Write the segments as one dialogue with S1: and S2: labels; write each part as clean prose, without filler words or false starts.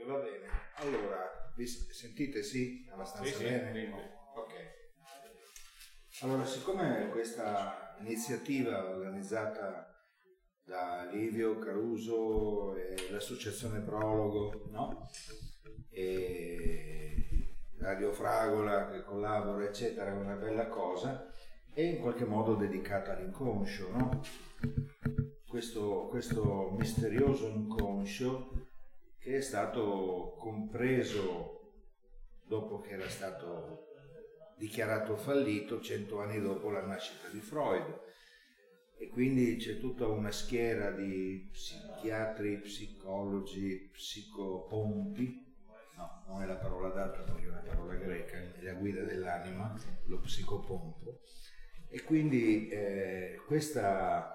S1: va bene. Allora, vi sentite sì? Abbastanza
S2: Sì,
S1: bene?
S2: sì.
S1: Ok. Allora, siccome questa iniziativa organizzata da Livio Caruso e l'associazione Prologo, no? E Radio Fragola che collabora, eccetera, è una bella cosa, è in qualche modo dedicata all'inconscio, no? Questo misterioso inconscio che è stato compreso dopo che era stato dichiarato fallito 100 anni dopo la nascita di Freud, e quindi c'è tutta una schiera di psichiatri, psicologi, psicopompi, no, non è la parola data perché è una parola greca, è la guida dell'anima, lo psicopompo, e quindi questa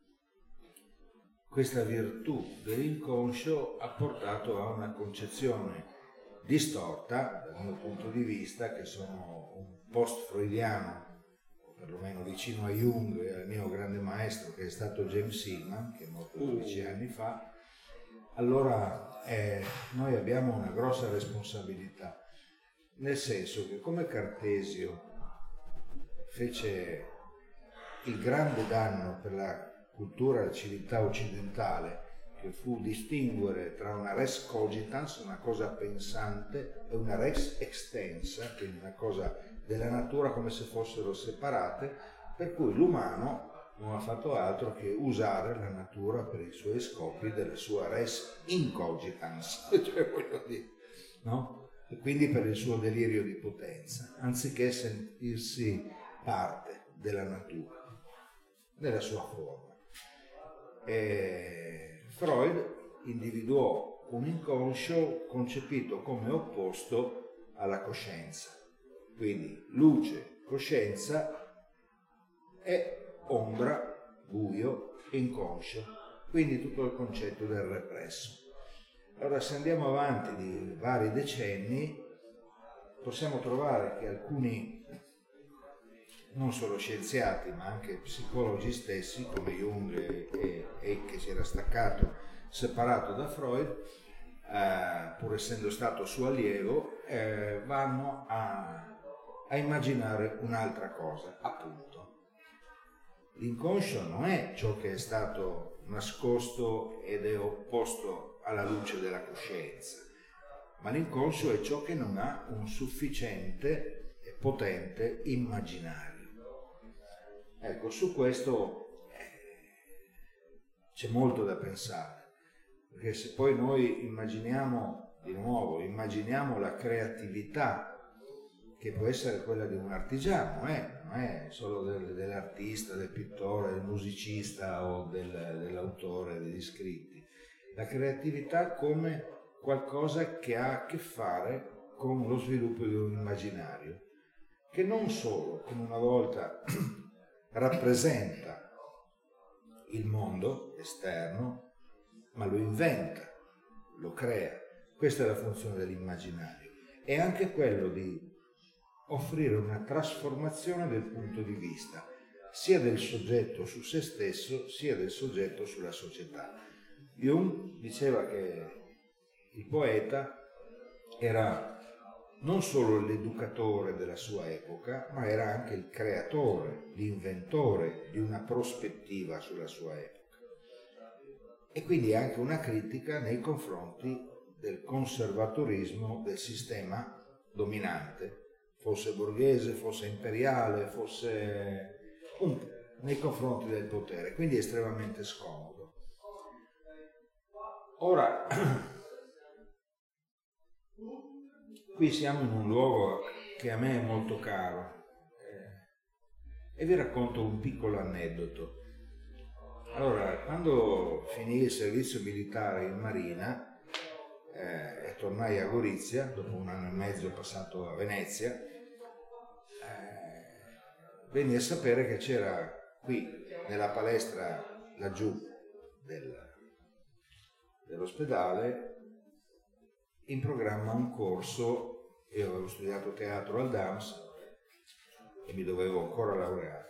S1: virtù dell'inconscio ha portato a una concezione distorta, dal mio punto di vista, che sono un post-freudiano, o perlomeno vicino a Jung e al mio grande maestro che è stato James Hillman, che è morto 12 anni fa. Allora noi abbiamo una grossa responsabilità, nel senso che come Cartesio fece il grande danno per la cultura e la civiltà occidentale, che fu distinguere tra una res cogitans, una cosa pensante, e una res extensa, quindi una cosa della natura come se fossero separate, per cui l'umano non ha fatto altro che usare la natura per i suoi scopi della sua res incogitans, cioè voglio dire, no? E quindi per il suo delirio di potenza, anziché sentirsi parte della natura, nella sua forma. E Freud individuò un inconscio concepito come opposto alla coscienza, quindi luce, coscienza e ombra, buio, inconscio, quindi tutto il concetto del represso. Allora, se andiamo avanti di vari decenni, possiamo trovare che alcuni, non solo scienziati ma anche psicologi stessi come Jung e che si era staccato, separato da Freud, pur essendo stato suo allievo, vanno a immaginare un'altra cosa, appunto. L'inconscio non è ciò che è stato nascosto ed è opposto alla luce della coscienza, ma l'inconscio è ciò che non ha un sufficiente e potente immaginario. Ecco, su questo c'è molto da pensare, perché se poi noi immaginiamo la creatività, che può essere quella di un artigiano, non è solo dell'artista, del pittore, del musicista o dell'autore degli scritti, la creatività come qualcosa che ha a che fare con lo sviluppo di un immaginario, che non solo, come una volta, rappresenta il mondo esterno, ma lo inventa, lo crea. Questa è la funzione dell'immaginario. È anche quello di offrire una trasformazione del punto di vista, sia del soggetto su se stesso, sia del soggetto sulla società. Jung diceva che il poeta era non solo l'educatore della sua epoca, ma era anche il creatore, l'inventore di una prospettiva sulla sua epoca. E quindi anche una critica nei confronti del conservatorismo del sistema dominante, fosse borghese, fosse imperiale, fosse nei confronti del potere, quindi estremamente scomodo. Ora, qui siamo in un luogo che a me è molto caro e vi racconto un piccolo aneddoto. Allora, quando finì il servizio militare in Marina e tornai a Gorizia, dopo 1 anno e mezzo passato a Venezia, venni a sapere che c'era qui, nella palestra laggiù dell'ospedale, in programma un corso. Io avevo studiato teatro al DAMS e mi dovevo ancora laureare,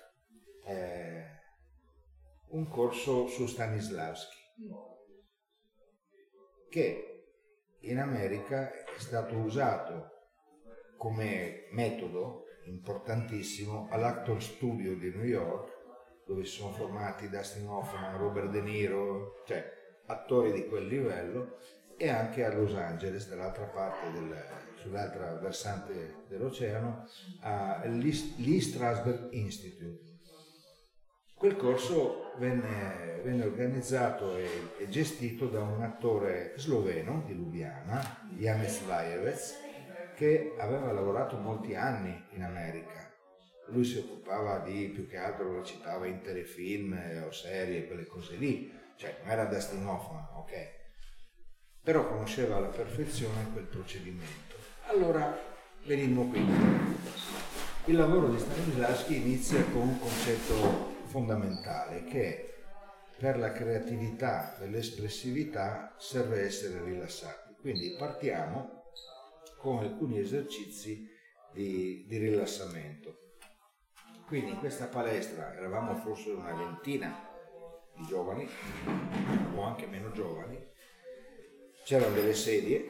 S1: un corso su Stanislavski, che in America è stato usato come metodo importantissimo all'Actor Studio di New York, dove si sono formati Dustin Hoffman, Robert De Niro, cioè attori di quel livello, e anche a Los Angeles, dall'altra parte sull'altra versante dell'oceano, all'Lee Strasberg Institute. Quel corso venne organizzato e gestito da un attore sloveno di Lubiana, Janez Lajevec, che aveva lavorato molti anni in America. Lui si occupava più che altro recitava in telefilm o serie, quelle cose lì, cioè non era Dustin Hoffman, ok? Però conosceva alla perfezione quel procedimento. Allora venimmo qui. Il lavoro di Stanislavski inizia con un concetto fondamentale, che per la creatività, per l'espressività serve essere rilassati. Quindi partiamo con alcuni esercizi di rilassamento. Quindi in questa palestra eravamo forse una ventina di giovani o anche meno giovani, c'erano delle sedie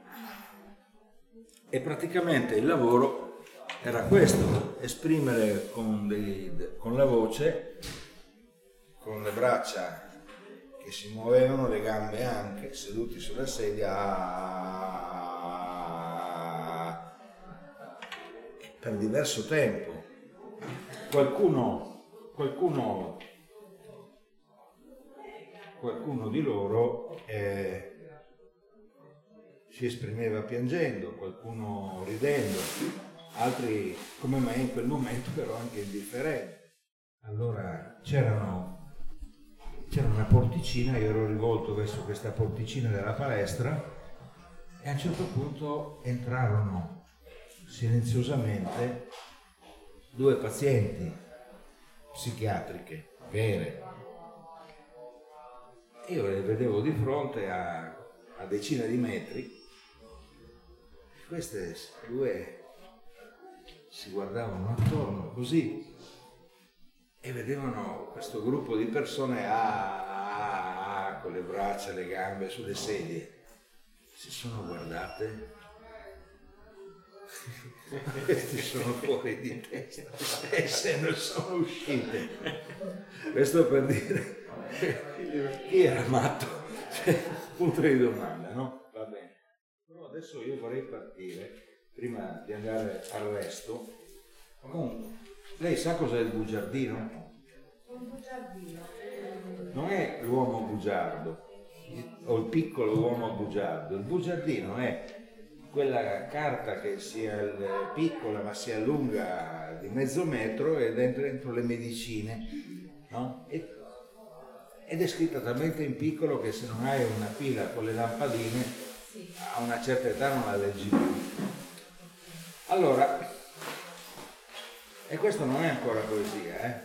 S1: e praticamente il lavoro era questo: esprimere con la voce, con le braccia che si muovevano, le gambe anche, seduti sulla sedia, per diverso tempo. Qualcuno di loro si esprimeva piangendo, qualcuno ridendo, altri come me in quel momento però anche indifferenti. Allora c'era una porticina, io ero rivolto verso questa porticina della palestra e a un certo punto entrarono silenziosamente 2 pazienti psichiatriche vere. Io le vedevo di fronte a decine di metri. Queste 2 si guardavano attorno così e vedevano questo gruppo di persone con le braccia, le gambe sulle sedie. Si sono guardate. Questi sono fuori di testa e se ne sono uscite. Questo per dire chi era matto, punto di domanda, no? Va bene. Però adesso io vorrei partire, prima di andare al resto, con... Lei sa cos'è il bugiardino?
S2: Un bugiardino.
S1: Non è l'uomo bugiardo o il piccolo uomo bugiardo. Il bugiardino è quella carta che sia piccola ma sia lunga di mezzo metro ed entra dentro le medicine, no? Ed è scritta talmente in piccolo che se non hai una pila con le lampadine a una certa età non la leggi più. Allora, e questo non è ancora poesia,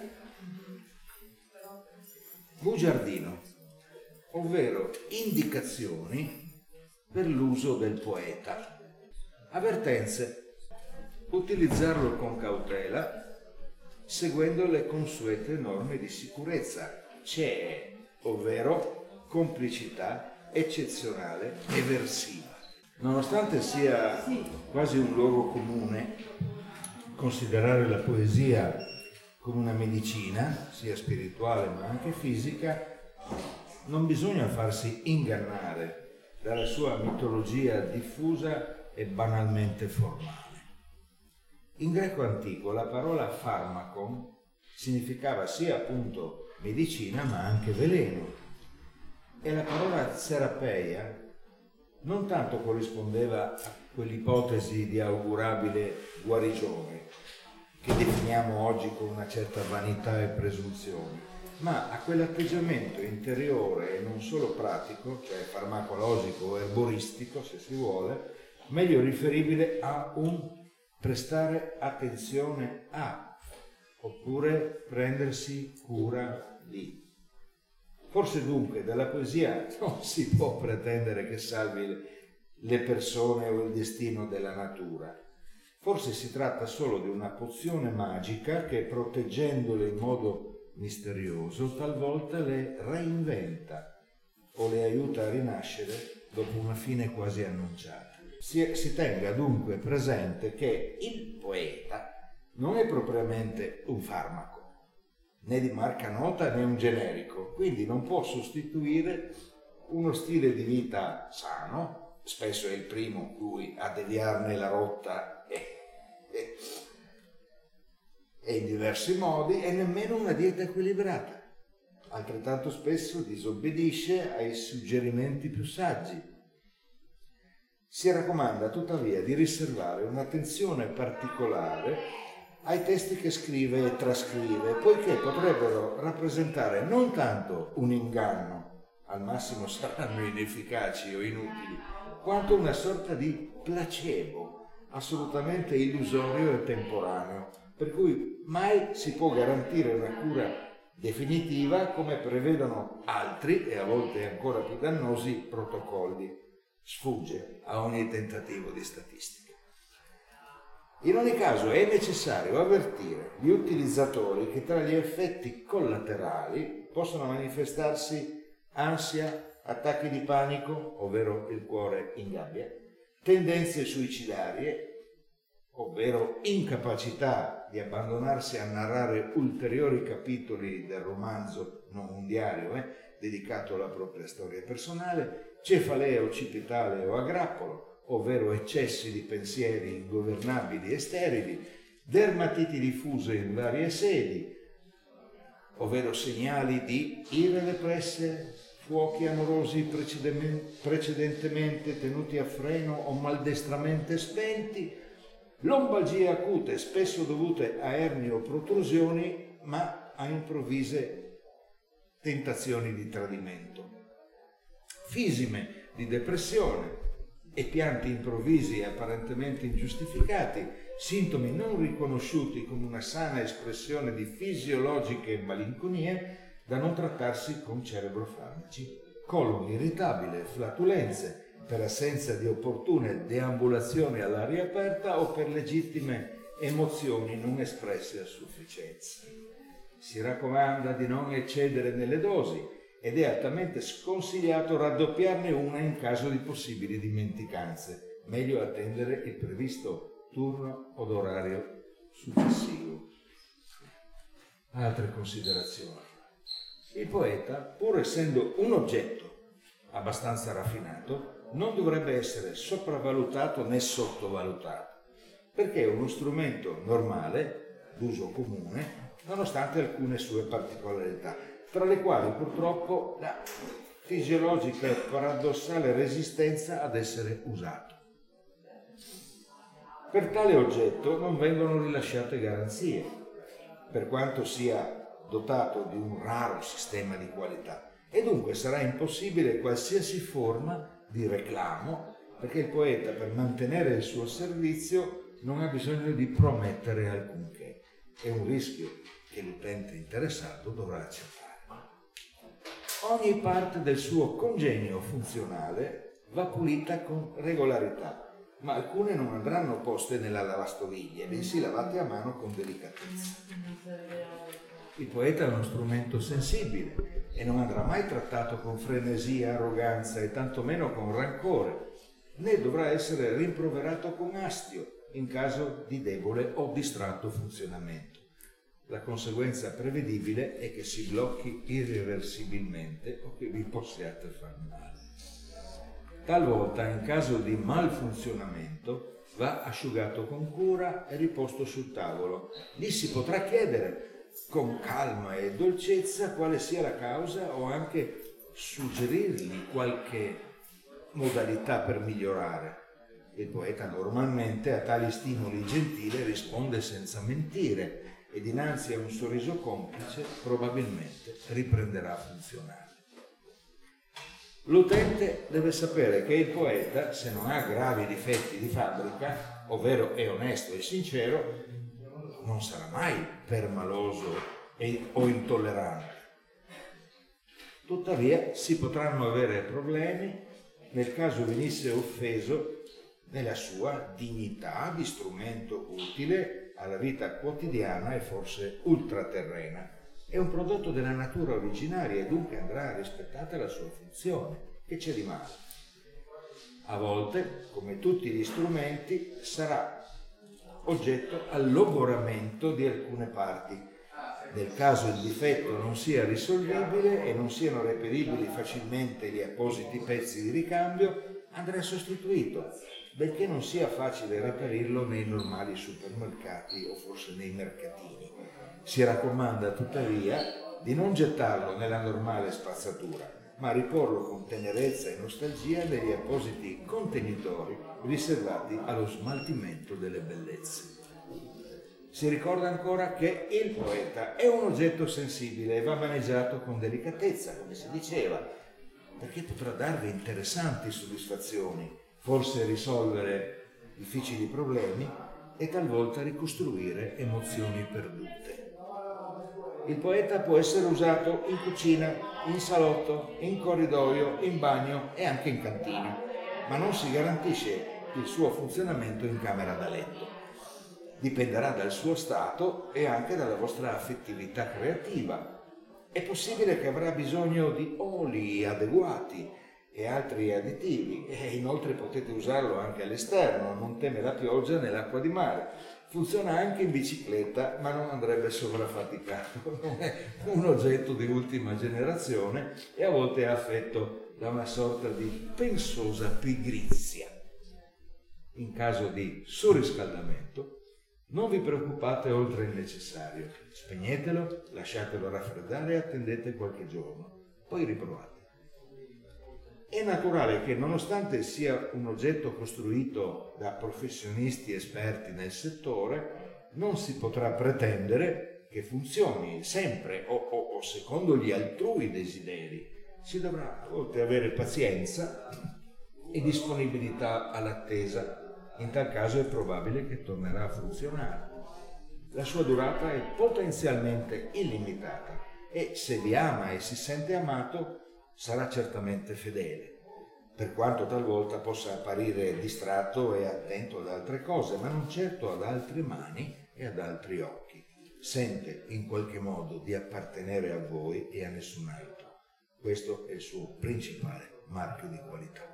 S1: bugiardino, ovvero indicazioni per l'uso del poeta. Avvertenze: utilizzarlo con cautela, seguendo le consuete norme di sicurezza. C'è, ovvero complicità eccezionale, eversiva. Nonostante sia quasi un luogo comune considerare la poesia come una medicina, sia spirituale ma anche fisica, non bisogna farsi ingannare dalla sua mitologia diffusa e banalmente formale. In greco antico la parola farmacon significava sia appunto medicina ma anche veleno, e la parola therapeia non tanto corrispondeva a quell'ipotesi di augurabile guarigione che definiamo oggi con una certa vanità e presunzione, ma a quell'atteggiamento interiore e non solo pratico, cioè farmacologico o erboristico se si vuole, meglio riferibile a un prestare attenzione a, oppure prendersi cura di. Forse dunque dalla poesia non si può pretendere che salvi le persone o il destino della natura. Forse si tratta solo di una pozione magica che, proteggendole in modo misterioso, talvolta le reinventa o le aiuta a rinascere dopo una fine quasi annunciata. Si tenga dunque presente che il poeta non è propriamente un farmaco, né di marca nota né un generico, quindi non può sostituire uno stile di vita sano, spesso è il primo lui a deviarne la rotta e in diversi modi, e nemmeno una dieta equilibrata. Altrettanto spesso disobbedisce ai suggerimenti più saggi. Si raccomanda tuttavia di riservare un'attenzione particolare ai testi che scrive e trascrive, poiché potrebbero rappresentare non tanto un inganno, al massimo saranno inefficaci o inutili, quanto una sorta di placebo assolutamente illusorio e temporaneo, per cui mai si può garantire una cura definitiva come prevedono altri e a volte ancora più dannosi protocolli. Sfugge a ogni tentativo di statistica. In ogni caso è necessario avvertire gli utilizzatori che tra gli effetti collaterali possono manifestarsi ansia, attacchi di panico, ovvero il cuore in gabbia, tendenze suicidarie, ovvero incapacità di abbandonarsi a narrare ulteriori capitoli del romanzo, non un diario, dedicato alla propria storia personale, cefalea occipitale o a grappolo, ovvero eccessi di pensieri ingovernabili e sterili, dermatiti diffuse in varie sedi, ovvero segnali di ire represse, fuochi amorosi precedentemente tenuti a freno o maldestramente spenti, lombalgie acute spesso dovute a ernie o protrusioni, ma a improvvise tentazioni di tradimento, fisime di depressione e pianti improvvisi e apparentemente ingiustificati, sintomi non riconosciuti come una sana espressione di fisiologiche malinconie da non trattarsi con cerebrofarmaci, colon irritabile, flatulenze, per assenza di opportune deambulazioni all'aria aperta o per legittime emozioni non espresse a sufficienza. Si raccomanda di non eccedere nelle dosi ed è altamente sconsigliato raddoppiarne una in caso di possibili dimenticanze. Meglio attendere il previsto turno od orario successivo. Altre considerazioni. Il poeta, pur essendo un oggetto abbastanza raffinato, non dovrebbe essere sopravvalutato né sottovalutato, perché è uno strumento normale, d'uso comune, nonostante alcune sue particolarità, tra le quali purtroppo la fisiologica e paradossale resistenza ad essere usato. Per tale oggetto non vengono rilasciate garanzie, per quanto sia dotato di un raro sistema di qualità, e dunque sarà impossibile qualsiasi forma di reclamo, perché il poeta, per mantenere il suo servizio, non ha bisogno di promettere alcunché. È un rischio che l'utente interessato dovrà accettare. Ogni parte del suo congegno funzionale va pulita con regolarità, ma alcune non andranno poste nella lavastoviglie, bensì lavate a mano con delicatezza. Il poeta è uno strumento sensibile e non andrà mai trattato con frenesia, arroganza e tantomeno con rancore, né dovrà essere rimproverato con astio in caso di debole o distratto funzionamento. La conseguenza prevedibile è che si blocchi irreversibilmente o che vi possiate far male. Talvolta, in caso di malfunzionamento, va asciugato con cura e riposto sul tavolo. Lì si potrà chiedere con calma e dolcezza quale sia la causa o anche suggerirgli qualche modalità per migliorare. Il poeta normalmente a tali stimoli gentili risponde senza mentire e dinanzi a un sorriso complice probabilmente riprenderà a funzionare. L'utente deve sapere che il poeta, se non ha gravi difetti di fabbrica, ovvero è onesto e sincero, non sarà mai permaloso o intollerante. Tuttavia si potranno avere problemi nel caso venisse offeso nella sua dignità di strumento utile alla vita quotidiana e forse ultraterrena. È un prodotto della natura originaria e dunque andrà rispettata la sua funzione. Che c'è di male? A volte, come tutti gli strumenti, sarà oggetto al logoramento di alcune parti. Nel caso il difetto non sia risolvibile e non siano reperibili facilmente gli appositi pezzi di ricambio, andrà sostituito, benché non sia facile reperirlo nei normali supermercati o forse nei mercatini. Si raccomanda tuttavia di non gettarlo nella normale spazzatura, ma riporlo con tenerezza e nostalgia negli appositi contenitori riservati allo smaltimento delle bellezze. Si ricorda ancora che il poeta è un oggetto sensibile e va maneggiato con delicatezza, come si diceva, perché potrà darvi interessanti soddisfazioni, forse risolvere difficili problemi e talvolta ricostruire emozioni perdute. Il poeta può essere usato in cucina, in salotto, in corridoio, in bagno e anche in cantina, ma non si garantisce il suo funzionamento in camera da letto. Dipenderà dal suo stato e anche dalla vostra affettività creativa. È possibile che avrà bisogno di oli adeguati e altri additivi e inoltre potete usarlo anche all'esterno, non teme la pioggia né l'acqua di mare. Funziona anche in bicicletta, ma non andrebbe sovraffaticato. Non è un oggetto di ultima generazione e a volte è affetto da una sorta di pensosa pigrizia. In caso di surriscaldamento, non vi preoccupate oltre il necessario. Spegnetelo, lasciatelo raffreddare e attendete qualche giorno. Poi riprovate. È naturale che, nonostante sia un oggetto costruito da professionisti esperti nel settore, non si potrà pretendere che funzioni sempre o secondo gli altrui desideri. Si dovrà a volte avere pazienza e disponibilità all'attesa. In tal caso è probabile che tornerà a funzionare. La sua durata è potenzialmente illimitata e se vi ama e si sente amato, sarà certamente fedele, per quanto talvolta possa apparire distratto e attento ad altre cose, ma non certo ad altre mani e ad altri occhi. Sente in qualche modo di appartenere a voi e a nessun altro. Questo è il suo principale marchio di qualità.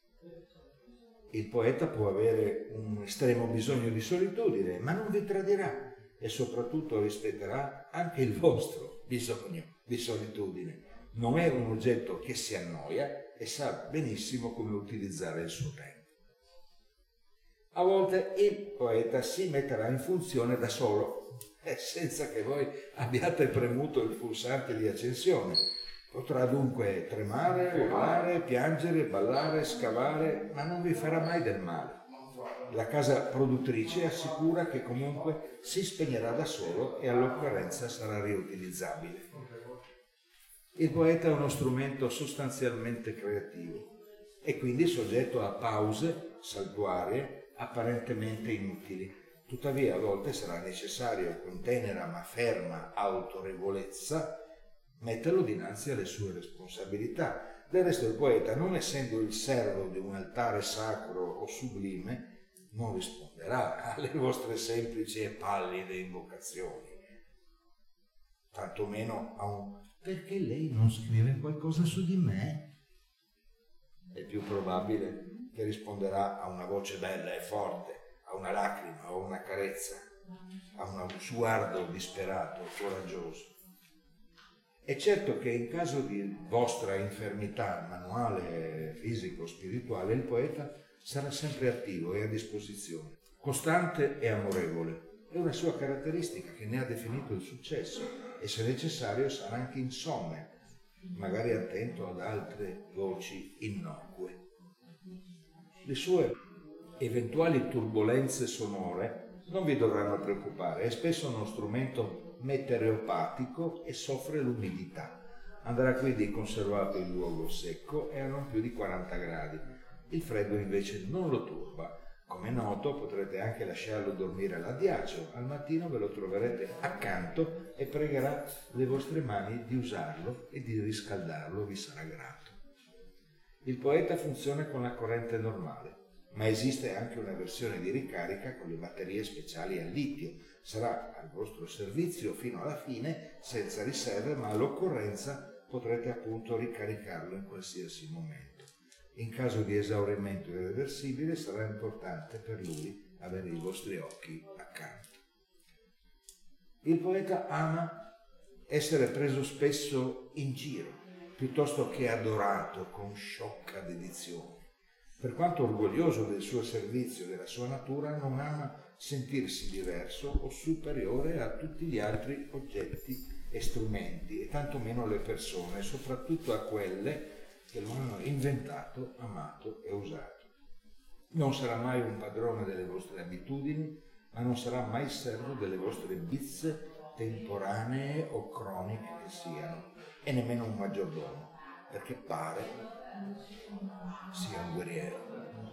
S1: Il poeta può avere un estremo bisogno di solitudine, ma non vi tradirà e soprattutto rispetterà anche il vostro bisogno di solitudine. Non è un oggetto che si annoia e sa benissimo come utilizzare il suo tempo. A volte il poeta si metterà in funzione da solo, senza che voi abbiate premuto il pulsante di accensione. Potrà dunque tremare, urlare, piangere, ballare, scavare, ma non vi farà mai del male. La casa produttrice assicura che comunque si spegnerà da solo e all'occorrenza sarà riutilizzabile. Il poeta è uno strumento sostanzialmente creativo e quindi soggetto a pause saltuarie apparentemente inutili. Tuttavia a volte sarà necessario, con tenera ma ferma autorevolezza, metterlo dinanzi alle sue responsabilità. Del resto il poeta, non essendo il servo di un altare sacro o sublime, non risponderà alle vostre semplici e pallide invocazioni, tantomeno a un «perché lei non scrive qualcosa su di me?» È più probabile che risponderà a una voce bella e forte, a una lacrima, a una carezza, a uno sguardo disperato, coraggioso. È certo che in caso di vostra infermità manuale, fisico, spirituale, il poeta sarà sempre attivo e a disposizione, costante e amorevole. È una sua caratteristica che ne ha definito il successo e se necessario sarà anche insonne, magari attento ad altre voci innocue. Le sue eventuali turbolenze sonore non vi dovranno preoccupare, è spesso uno strumento meteoropatico e soffre l'umidità. Andrà quindi conservato in luogo secco e a non più di 40 gradi. Il freddo invece non lo turba. Come è noto, potrete anche lasciarlo dormire all'addiaccio. Al mattino ve lo troverete accanto e pregherà le vostre mani di usarlo e di riscaldarlo, vi sarà grato. Il poeta funziona con la corrente normale, ma esiste anche una versione di ricarica con le batterie speciali al litio. Sarà al vostro servizio fino alla fine, senza riserve, ma all'occorrenza potrete appunto ricaricarlo in qualsiasi momento. In caso di esaurimento irreversibile sarà importante per lui avere i vostri occhi accanto. Il poeta ama essere preso spesso in giro, piuttosto che adorato con sciocca dedizione. Per quanto orgoglioso del suo servizio e della sua natura, non ama sentirsi diverso o superiore a tutti gli altri oggetti e strumenti, e tantomeno le persone, soprattutto a quelle che lo hanno inventato, amato e usato. Non sarà mai un padrone delle vostre abitudini, ma non sarà mai servo delle vostre bizze, temporanee o croniche che siano, e nemmeno un maggiordomo, perché pare sia un guerriero.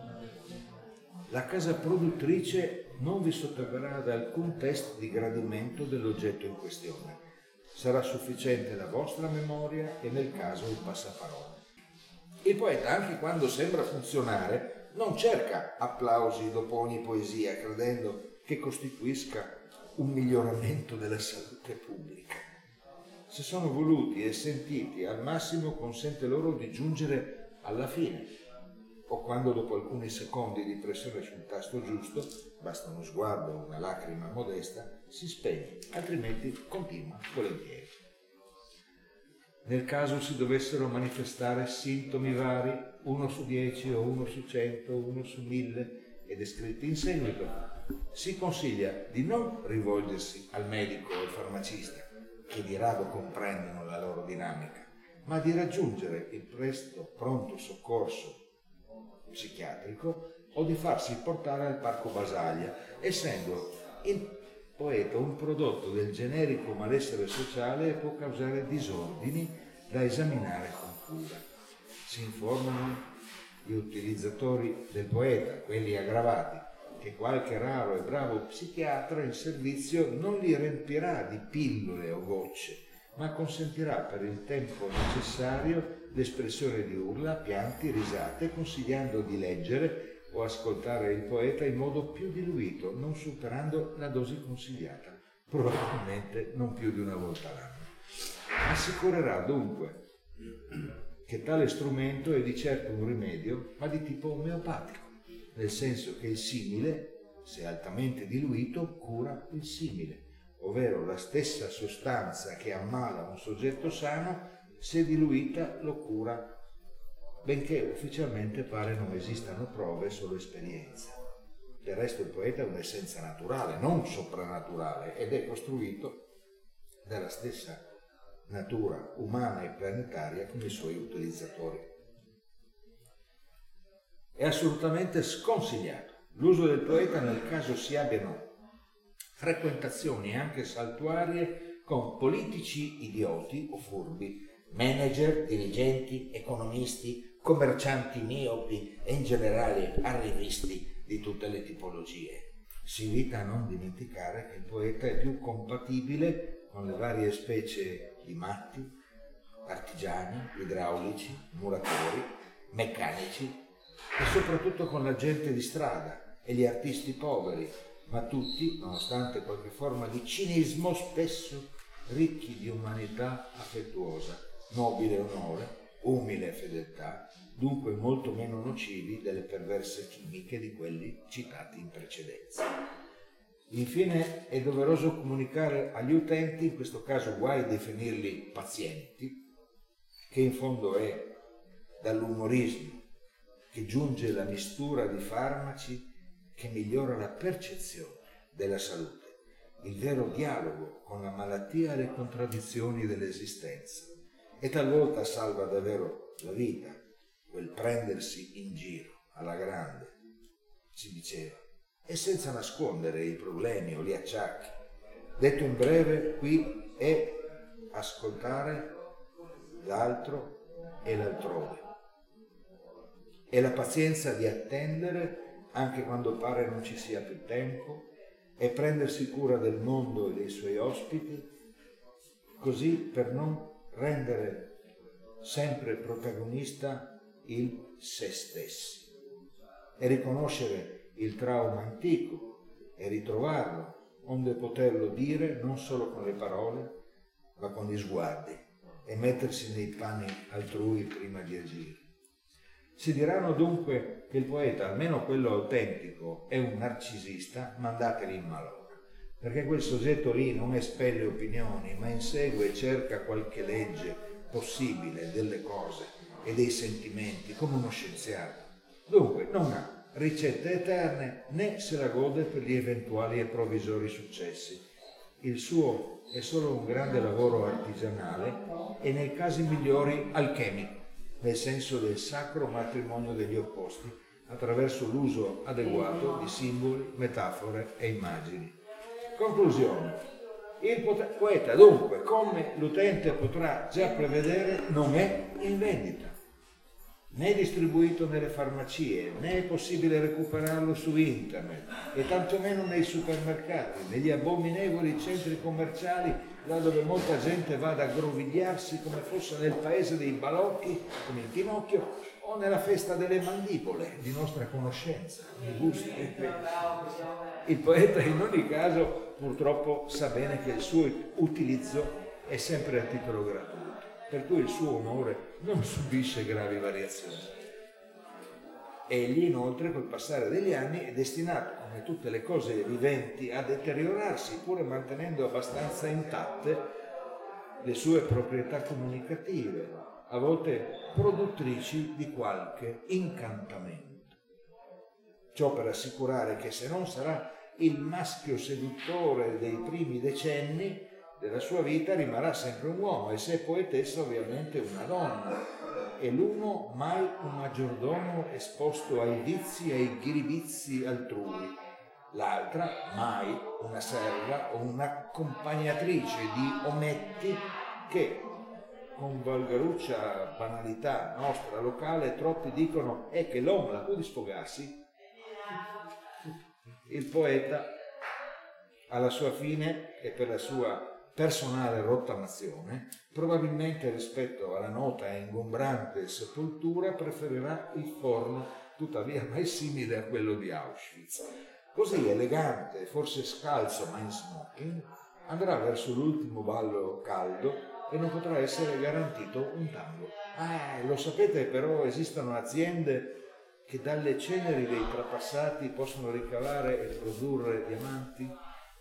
S1: La casa produttrice non vi sottrarrà ad alcun test di gradimento dell'oggetto in questione. Sarà sufficiente la vostra memoria e nel caso il passaparola. Il poeta, anche quando sembra funzionare, non cerca applausi dopo ogni poesia, credendo che costituisca un miglioramento della salute pubblica. Se sono voluti e sentiti, al massimo consente loro di giungere alla fine, o quando dopo alcuni secondi di pressione sul tasto giusto, basta uno sguardo o una lacrima modesta, si spegne, altrimenti continua volentieri. Nel caso si dovessero manifestare sintomi vari, 1 su 10 o 1 su 100 o 1 su 1000 e descritti in seguito, si consiglia di non rivolgersi al medico o al farmacista, che di rado comprendono la loro dinamica, ma di raggiungere il presto pronto soccorso psichiatrico o di farsi portare al Parco Basaglia, essendo il poeta un prodotto del generico malessere sociale e può causare disordini da esaminare con cura. Si informano gli utilizzatori del poeta, quelli aggravati, che qualche raro e bravo psichiatra in servizio non li riempirà di pillole o gocce, ma consentirà per il tempo necessario l'espressione di urla, pianti, risate, consigliando di leggere o ascoltare il poeta in modo più diluito, non superando la dosi consigliata, probabilmente non più di una volta l'anno. Assicurerà dunque che tale strumento è di certo un rimedio, ma di tipo omeopatico, nel senso che il simile, se altamente diluito, cura il simile, ovvero la stessa sostanza che ammala un soggetto sano, se diluita lo cura, benché ufficialmente pare non esistano prove, solo esperienza. Del resto il poeta è un'essenza naturale, non soprannaturale, ed è costruito dalla stessa natura umana e planetaria come i suoi utilizzatori. È assolutamente sconsigliato l'uso del poeta nel caso si abbiano frequentazioni anche saltuarie con politici idioti o furbi, manager, dirigenti, economisti, commercianti miopi e in generale arrivisti di tutte le tipologie. Si invita a non dimenticare che il poeta è più compatibile con le varie specie di matti, artigiani, idraulici, muratori, meccanici e soprattutto con la gente di strada e gli artisti poveri, ma tutti, nonostante qualche forma di cinismo, spesso ricchi di umanità affettuosa, nobile onore, umile fedeltà, dunque molto meno nocivi delle perverse chimiche di quelli citati in precedenza. Infine è doveroso comunicare agli utenti, in questo caso guai definirli pazienti, che in fondo è dall'umorismo che giunge la mistura di farmaci che migliora la percezione della salute, il vero dialogo con la malattia e le contraddizioni dell'esistenza, e talvolta salva davvero la vita, quel prendersi in giro alla grande, si diceva, e senza nascondere i problemi o gli acciacchi. Detto in breve, qui è ascoltare l'altro e l'altrove. È la pazienza di attendere anche quando pare non ci sia più tempo, e prendersi cura del mondo e dei suoi ospiti, così per non rendere sempre protagonista il se stessi, e riconoscere il trauma antico e ritrovarlo, onde poterlo dire non solo con le parole, ma con gli sguardi, e mettersi nei panni altrui prima di agire. Si diranno dunque che il poeta, almeno quello autentico, è un narcisista, mandateli in malora, perché quel soggetto lì non espelle opinioni, ma insegue e cerca qualche legge possibile delle cose e dei sentimenti, come uno scienziato. Dunque non ha ricette eterne né se la gode per gli eventuali e provvisori successi. Il suo è solo un grande lavoro artigianale e nei casi migliori alchemico, nel senso del sacro matrimonio degli opposti, attraverso l'uso adeguato di simboli, metafore e immagini. Conclusione. Il poeta, dunque, come l'utente potrà già prevedere, non è in vendita, né distribuito nelle farmacie, né è possibile recuperarlo su internet, e tantomeno nei supermercati, negli abominevoli centri commerciali, là dove molta gente va ad aggrovigliarsi come fosse nel paese dei balocchi, come in Pinocchio, o nella festa delle mandibole di nostra conoscenza, di gusti. Il poeta in ogni caso purtroppo sa bene che il suo utilizzo è sempre a titolo gratuito, per cui il suo onore non subisce gravi variazioni. Egli inoltre col passare degli anni è destinato, come tutte le cose viventi, a deteriorarsi, pur mantenendo abbastanza intatte le sue proprietà comunicative, a volte produttrici di qualche incantamento. Ciò per assicurare che se non sarà il maschio seduttore dei primi decenni della sua vita, rimarrà sempre un uomo, e se è poetessa ovviamente una donna, e l'uno mai un maggiordomo esposto ai vizi e ai ghiribizzi altrui, l'altra mai una serva o un'accompagnatrice di ometti che, con volgaruccia banalità nostra locale, troppi dicono è che l'uomo la può di sfogarsi. Il poeta alla sua fine e per la sua personale rottamazione, probabilmente rispetto alla nota e ingombrante sepoltura preferirà il forno, tuttavia mai simile a quello di Auschwitz. Così elegante, forse scalzo ma in smoking, andrà verso l'ultimo ballo caldo e non potrà essere garantito un tango. Lo sapete, però esistono aziende che dalle ceneri dei trapassati possono ricavare e produrre diamanti?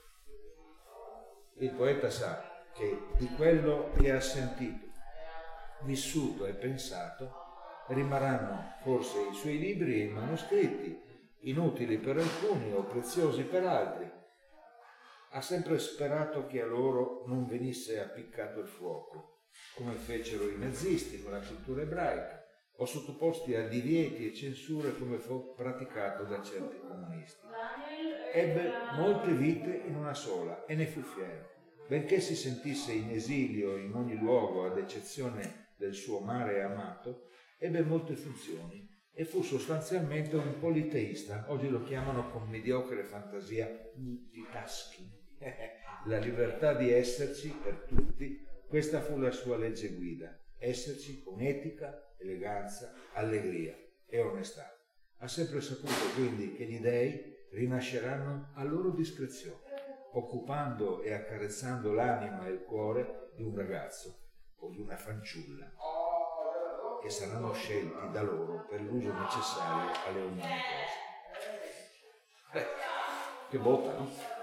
S1: Il poeta sa che di quello che ha sentito, vissuto e pensato rimarranno forse i suoi libri e i manoscritti, inutili per alcuni o preziosi per altri. Ha sempre sperato che a loro non venisse appiccato il fuoco, come fecero i nazisti con la cultura ebraica, o sottoposti a divieti e censure come fu praticato da certi comunisti. Ebbe molte vite in una sola e ne fu fiero. Benché si sentisse in esilio in ogni luogo, ad eccezione del suo mare amato, ebbe molte funzioni e fu sostanzialmente un politeista. Oggi lo chiamano con mediocre fantasia multitasking. La libertà di esserci per tutti, questa fu la sua legge guida: esserci con etica, eleganza, allegria e onestà. Ha sempre saputo quindi che gli dèi rinasceranno a loro discrezione, occupando e accarezzando l'anima e il cuore di un ragazzo o di una fanciulla che saranno scelti da loro per l'uso necessario alle umane cose. Che botta, no?